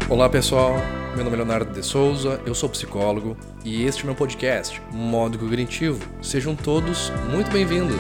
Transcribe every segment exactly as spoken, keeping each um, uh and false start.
Olá pessoal, meu nome é Leonardo de Souza, eu sou psicólogo e este é o meu podcast, Modo Cognitivo. Sejam todos muito bem-vindos.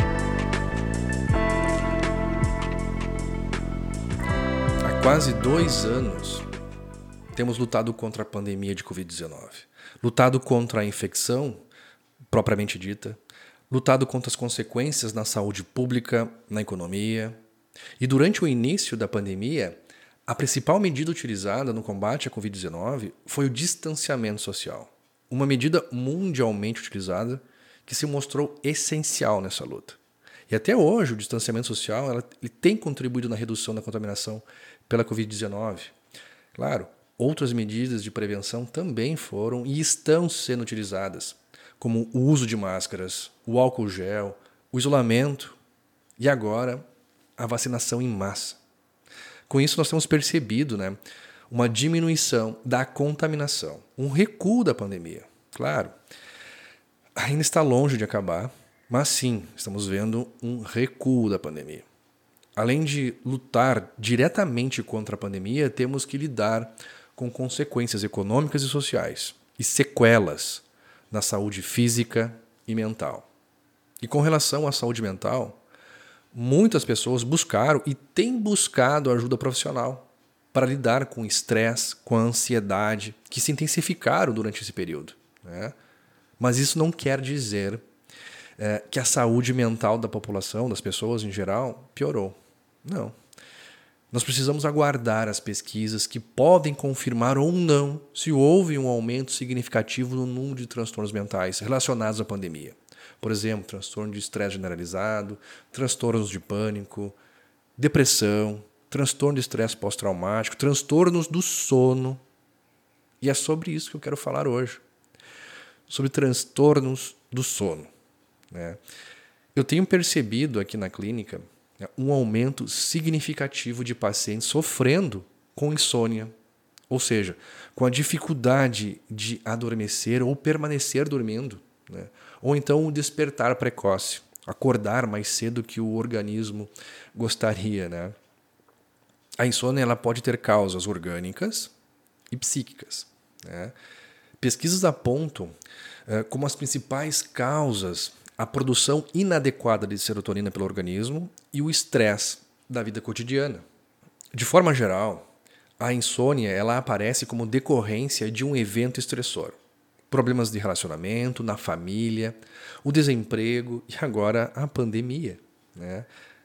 Há quase dois anos temos lutado contra a pandemia de covid dezenove, lutado contra a infecção propriamente dita, lutado contra as consequências na saúde pública, na economia. E durante o início da pandemia, a principal medida utilizada no combate à covid dezenove foi o distanciamento social, uma medida mundialmente utilizada que se mostrou essencial nessa luta. E até hoje o distanciamento social ela, ele tem contribuído na redução da contaminação pela covid dezenove. Claro, outras medidas de prevenção também foram e estão sendo utilizadas, como o uso de máscaras, o álcool gel, o isolamento e agora a vacinação em massa. Com isso, nós temos percebido né, uma diminuição da contaminação, um recuo da pandemia. Claro, ainda está longe de acabar, mas sim, estamos vendo um recuo da pandemia. Além de lutar diretamente contra a pandemia, temos que lidar com consequências econômicas e sociais e sequelas na saúde física e mental. E com relação à saúde mental, muitas pessoas buscaram e têm buscado ajuda profissional para lidar com o estresse, com a ansiedade, que se intensificaram durante esse período. Né? Mas isso não quer dizer é, que a saúde mental da população, das pessoas em geral, piorou. Não. Nós precisamos aguardar as pesquisas que podem confirmar ou não se houve um aumento significativo no número de transtornos mentais relacionados à pandemia. Por exemplo, transtorno de estresse generalizado, transtornos de pânico, depressão, transtorno de estresse pós-traumático, transtornos do sono. E é sobre isso que eu quero falar hoje. Sobre transtornos do sono. Né? Eu tenho percebido aqui na clínica né, um aumento significativo de pacientes sofrendo com insônia. Ou seja, com a dificuldade de adormecer ou permanecer dormindo. Né? Ou então o despertar precoce, acordar mais cedo que o organismo gostaria. Né? A insônia ela pode ter causas orgânicas e psíquicas. Né? Pesquisas apontam eh, como as principais causas a produção inadequada de serotonina pelo organismo e o estresse da vida cotidiana. De forma geral, a insônia ela aparece como decorrência de um evento estressor. Problemas de relacionamento, na família, o desemprego e agora a pandemia. Né?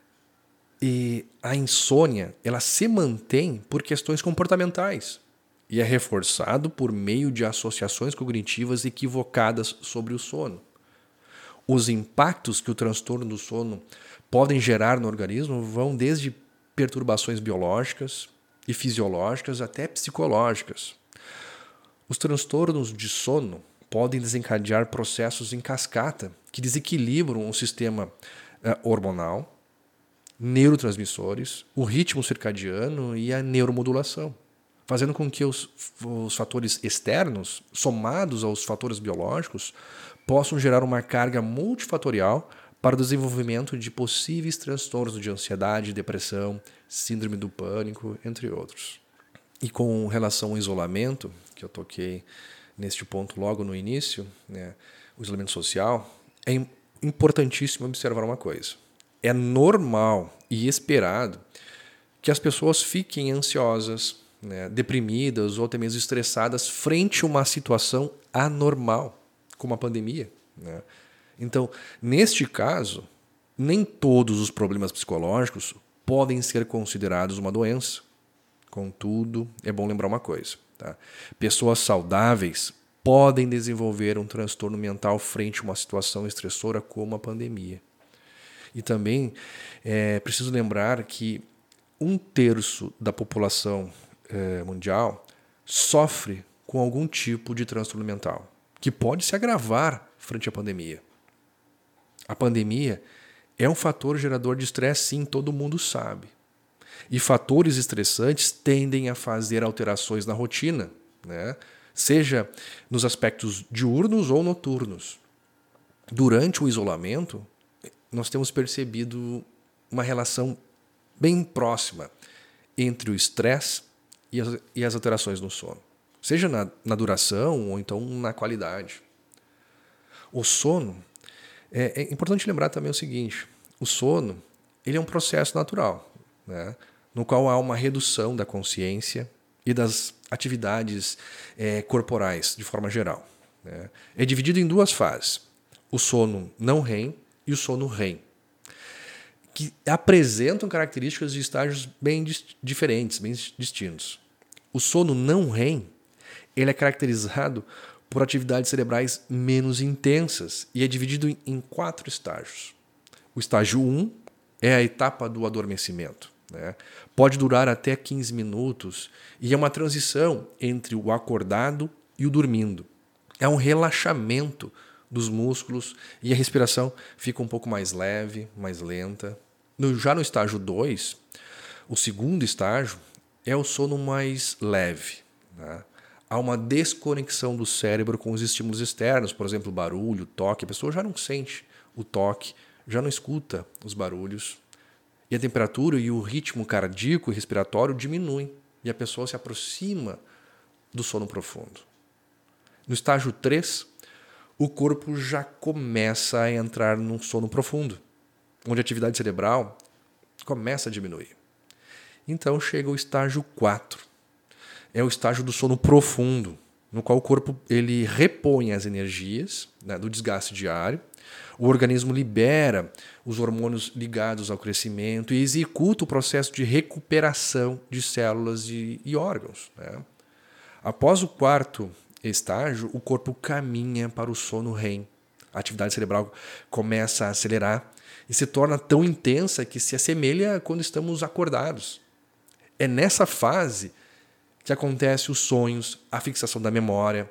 E a insônia ela se mantém por questões comportamentais e é reforçado por meio de associações cognitivas equivocadas sobre o sono. Os impactos que o transtorno do sono podem gerar no organismo vão desde perturbações biológicas e fisiológicas até psicológicas. Os transtornos de sono podem desencadear processos em cascata que desequilibram o sistema eh, hormonal, neurotransmissores, o ritmo circadiano e a neuromodulação, fazendo com que os, os fatores externos, somados aos fatores biológicos, possam gerar uma carga multifatorial para o desenvolvimento de possíveis transtornos de ansiedade, depressão, síndrome do pânico, entre outros. E com relação ao isolamento, que eu toquei neste ponto logo no início, né, o isolamento social, é importantíssimo observar uma coisa. É normal e esperado que as pessoas fiquem ansiosas, né, deprimidas ou até mesmo estressadas frente a uma situação anormal, como a pandemia. Né? Então, neste caso, nem todos os problemas psicológicos podem ser considerados uma doença. Contudo, é bom lembrar uma coisa. Tá? Pessoas saudáveis podem desenvolver um transtorno mental frente a uma situação estressora como a pandemia. E também é preciso lembrar que um terço da população é, mundial sofre com algum tipo de transtorno mental, que pode se agravar frente à pandemia. A pandemia é um fator gerador de estresse, sim, todo mundo sabe. E fatores estressantes tendem a fazer alterações na rotina, né? Seja nos aspectos diurnos ou noturnos. Durante o isolamento, nós temos percebido uma relação bem próxima entre o estresse e as, e as alterações no sono, seja na, na duração ou então na qualidade. O sono, é, é importante lembrar também o seguinte, o sono ele é um processo natural, né, no qual há uma redução da consciência e das atividades é, corporais de forma geral. Né. É dividido em duas fases, o sono não REM e o sono REM, que apresentam características de estágios bem diferentes, bem distintos. O sono não REM ele é caracterizado por atividades cerebrais menos intensas e é dividido em quatro estágios. O estágio um é a etapa do adormecimento. Né? Pode durar até quinze minutos e é uma transição entre o acordado e o dormindo. É um relaxamento dos músculos e a respiração fica um pouco mais leve, mais lenta. No, já no estágio dois, o segundo estágio é o sono mais leve. Né? Há uma desconexão do cérebro com os estímulos externos, por exemplo, barulho, toque. A pessoa já não sente o toque, já não escuta os barulhos. E a temperatura e o ritmo cardíaco e respiratório diminuem e a pessoa se aproxima do sono profundo. No estágio três, o corpo já começa a entrar num sono profundo, onde a atividade cerebral começa a diminuir. Então chega o estágio quatro. É o estágio do sono profundo, no qual o corpo ele repõe as energias, né, do desgaste diário, o organismo libera os hormônios ligados ao crescimento e executa o processo de recuperação de células e, e órgãos. Né? Após o quarto estágio, o corpo caminha para o sono REM. A atividade cerebral começa a acelerar e se torna tão intensa que se assemelha a quando estamos acordados. É nessa fase que acontece os sonhos, a fixação da memória,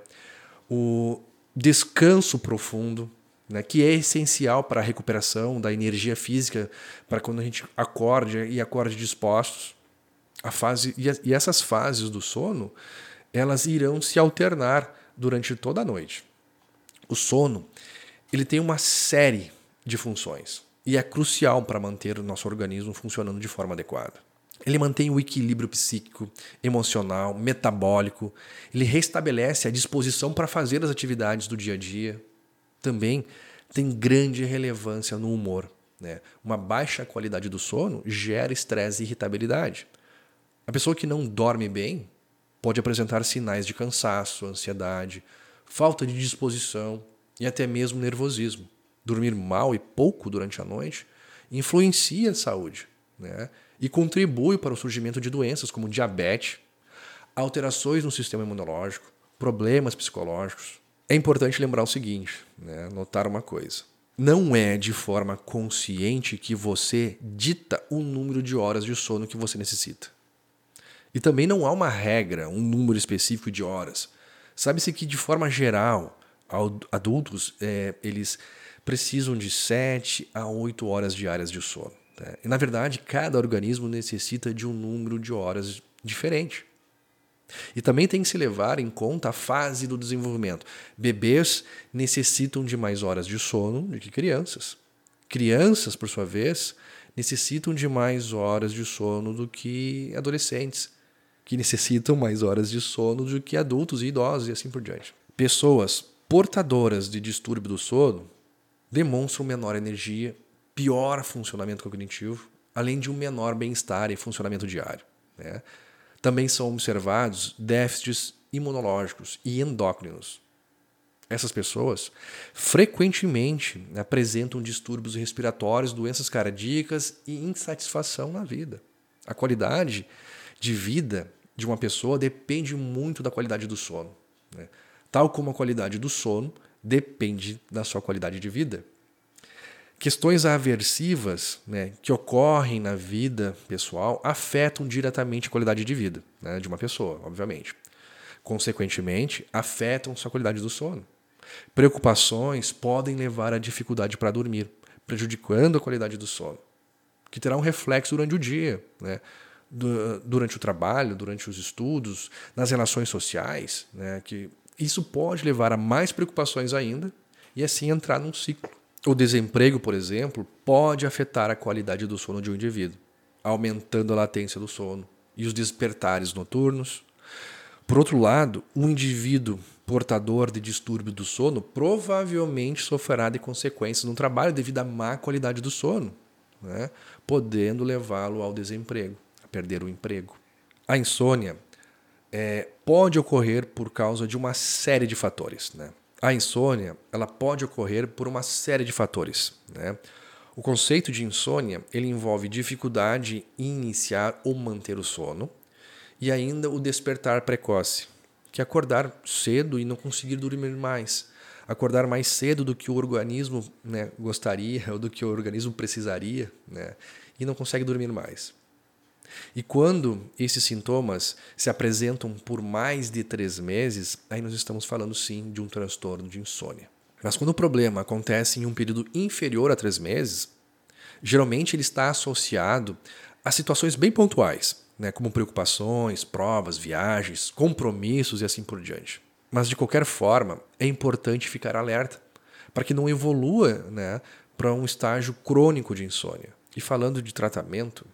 o descanso profundo, né, que é essencial para a recuperação da energia física, para quando a gente acorde e acorde dispostos. A fase, e essas fases do sono, elas irão se alternar durante toda a noite. O sono ele tem uma série de funções e é crucial para manter o nosso organismo funcionando de forma adequada. Ele mantém o equilíbrio psíquico, emocional, metabólico. Ele restabelece a disposição para fazer as atividades do dia a dia. Também tem grande relevância no humor. Né? Uma baixa qualidade do sono gera estresse e irritabilidade. A pessoa que não dorme bem pode apresentar sinais de cansaço, ansiedade, falta de disposição e até mesmo nervosismo. Dormir mal e pouco durante a noite influencia a saúde, né? E contribui para o surgimento de doenças como diabetes, alterações no sistema imunológico, problemas psicológicos. É importante lembrar o seguinte, né? Notar uma coisa. Não é de forma consciente que você dita o número de horas de sono que você necessita. E também não há uma regra, um número específico de horas. Sabe-se que, de forma geral, adultos é, eles precisam de sete a oito horas diárias de sono. Tá? E, na verdade, cada organismo necessita de um número de horas diferente. E também tem que se levar em conta a fase do desenvolvimento. Bebês necessitam de mais horas de sono do que crianças. Crianças, por sua vez, necessitam de mais horas de sono do que adolescentes, que necessitam mais horas de sono do que adultos e idosos e assim por diante. Pessoas portadoras de distúrbio do sono demonstram menor energia, pior funcionamento cognitivo, além de um menor bem-estar e funcionamento diário. Né? Também são observados déficits imunológicos e endócrinos. Essas pessoas frequentemente apresentam distúrbios respiratórios, doenças cardíacas e insatisfação na vida. A qualidade de vida de uma pessoa depende muito da qualidade do sono. Né? Tal como a qualidade do sono depende da sua qualidade de vida. Questões aversivas, né, que ocorrem na vida pessoal afetam diretamente a qualidade de vida, né, de uma pessoa, obviamente. Consequentemente, afetam sua qualidade do sono. Preocupações podem levar à dificuldade para dormir, prejudicando a qualidade do sono, que terá um reflexo durante o dia, né, durante o trabalho, durante os estudos, nas relações sociais, né, que isso pode levar a mais preocupações ainda e assim entrar num ciclo. O desemprego, por exemplo, pode afetar a qualidade do sono de um indivíduo, aumentando a latência do sono, e os despertares noturnos. Por outro lado, um indivíduo portador de distúrbio do sono provavelmente sofrerá de consequências no trabalho devido à má qualidade do sono, né? Podendo levá-lo ao desemprego, a perder o emprego. A insônia é, pode ocorrer por causa de uma série de fatores, né? A insônia ela pode ocorrer por uma série de fatores, né? O conceito de insônia ele envolve dificuldade em iniciar ou manter o sono e ainda o despertar precoce, que é acordar cedo e não conseguir dormir mais. Acordar mais cedo do que o organismo, né, gostaria ou do que o organismo precisaria, né, e não consegue dormir mais. E quando esses sintomas se apresentam por mais de três meses, aí nós estamos falando sim de um transtorno de insônia. Mas quando o problema acontece em um período inferior a três meses, geralmente ele está associado a situações bem pontuais, né, como preocupações, provas, viagens, compromissos e assim por diante. Mas de qualquer forma, é importante ficar alerta para que não evolua, né, para um estágio crônico de insônia. E falando de tratamento,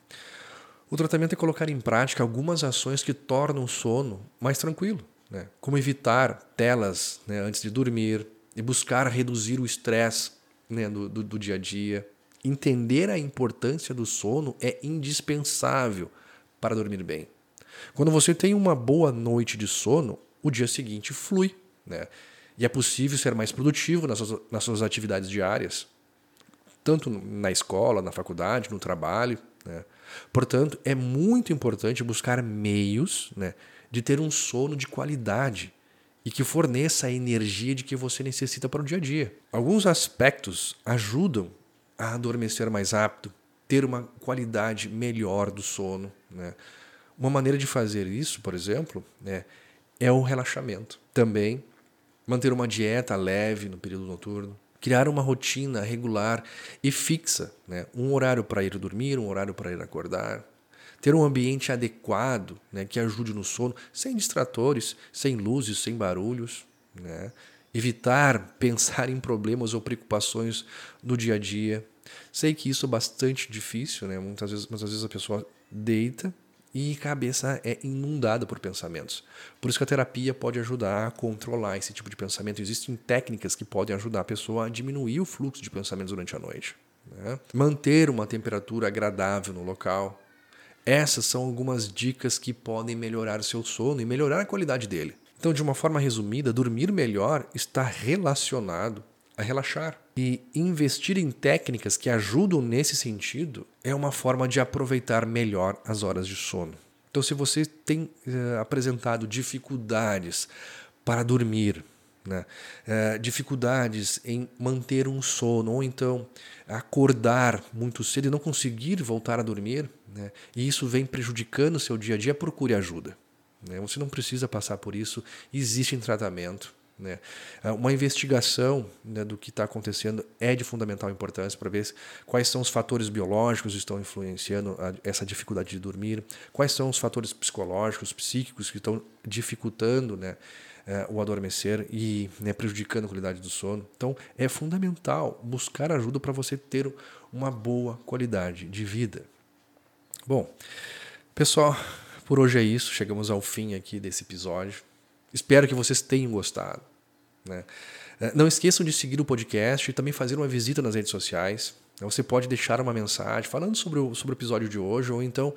o tratamento é colocar em prática algumas ações que tornam o sono mais tranquilo, né, como evitar telas, né, antes de dormir e buscar reduzir o estresse, né, do, do, do dia a dia. Entender a importância do sono é indispensável para dormir bem. Quando você tem uma boa noite de sono, o dia seguinte flui, né? E é possível ser mais produtivo nas suas, nas suas atividades diárias, tanto na escola, na faculdade, no trabalho, né? Portanto, é muito importante buscar meios, né, de ter um sono de qualidade e que forneça a energia de que você necessita para o dia a dia. Alguns aspectos ajudam a adormecer mais rápido, ter uma qualidade melhor do sono, né? Uma maneira de fazer isso, por exemplo, né, é o relaxamento. Também manter uma dieta leve no período noturno, criar uma rotina regular e fixa, né? Um horário para ir dormir, um horário para ir acordar, ter um ambiente adequado, né, que ajude no sono, sem distratores, sem luzes, sem barulhos, né? Evitar pensar em problemas ou preocupações no dia a dia. Sei que isso é bastante difícil, né? Muitas vezes, muitas vezes a pessoa deita e a cabeça é inundada por pensamentos. Por isso que a terapia pode ajudar a controlar esse tipo de pensamento. Existem técnicas que podem ajudar a pessoa a diminuir o fluxo de pensamentos durante a noite, né? Manter uma temperatura agradável no local. Essas são algumas dicas que podem melhorar o seu sono e melhorar a qualidade dele. Então, de uma forma resumida, dormir melhor está relacionado a relaxar. E investir em técnicas que ajudam nesse sentido é uma forma de aproveitar melhor as horas de sono. Então, se você tem eh, apresentado dificuldades para dormir, né, eh, dificuldades em manter um sono, ou então acordar muito cedo e não conseguir voltar a dormir, né, e isso vem prejudicando o seu dia a dia, procure ajuda. Né? Você não precisa passar por isso, existe tratamento. Né? Uma investigação, né, do que está acontecendo é de fundamental importância para ver quais são os fatores biológicos que estão influenciando a, essa dificuldade de dormir, quais são os fatores psicológicos, psíquicos que estão dificultando, né, é, o adormecer e, né, prejudicando a qualidade do sono. Então é fundamental buscar ajuda para você ter uma boa qualidade de vida. Bom, pessoal, por hoje é isso. Chegamos ao fim aqui desse episódio. Espero que vocês tenham gostado, né? Não esqueçam de seguir o podcast e também fazer uma visita nas redes sociais. Você pode deixar uma mensagem falando sobre o, sobre o episódio de hoje, ou então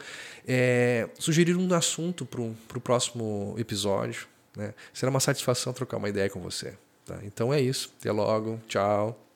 é, sugerir um assunto para o próximo episódio, né? Será uma satisfação trocar uma ideia com você. Tá? Então é isso. Até logo. Tchau.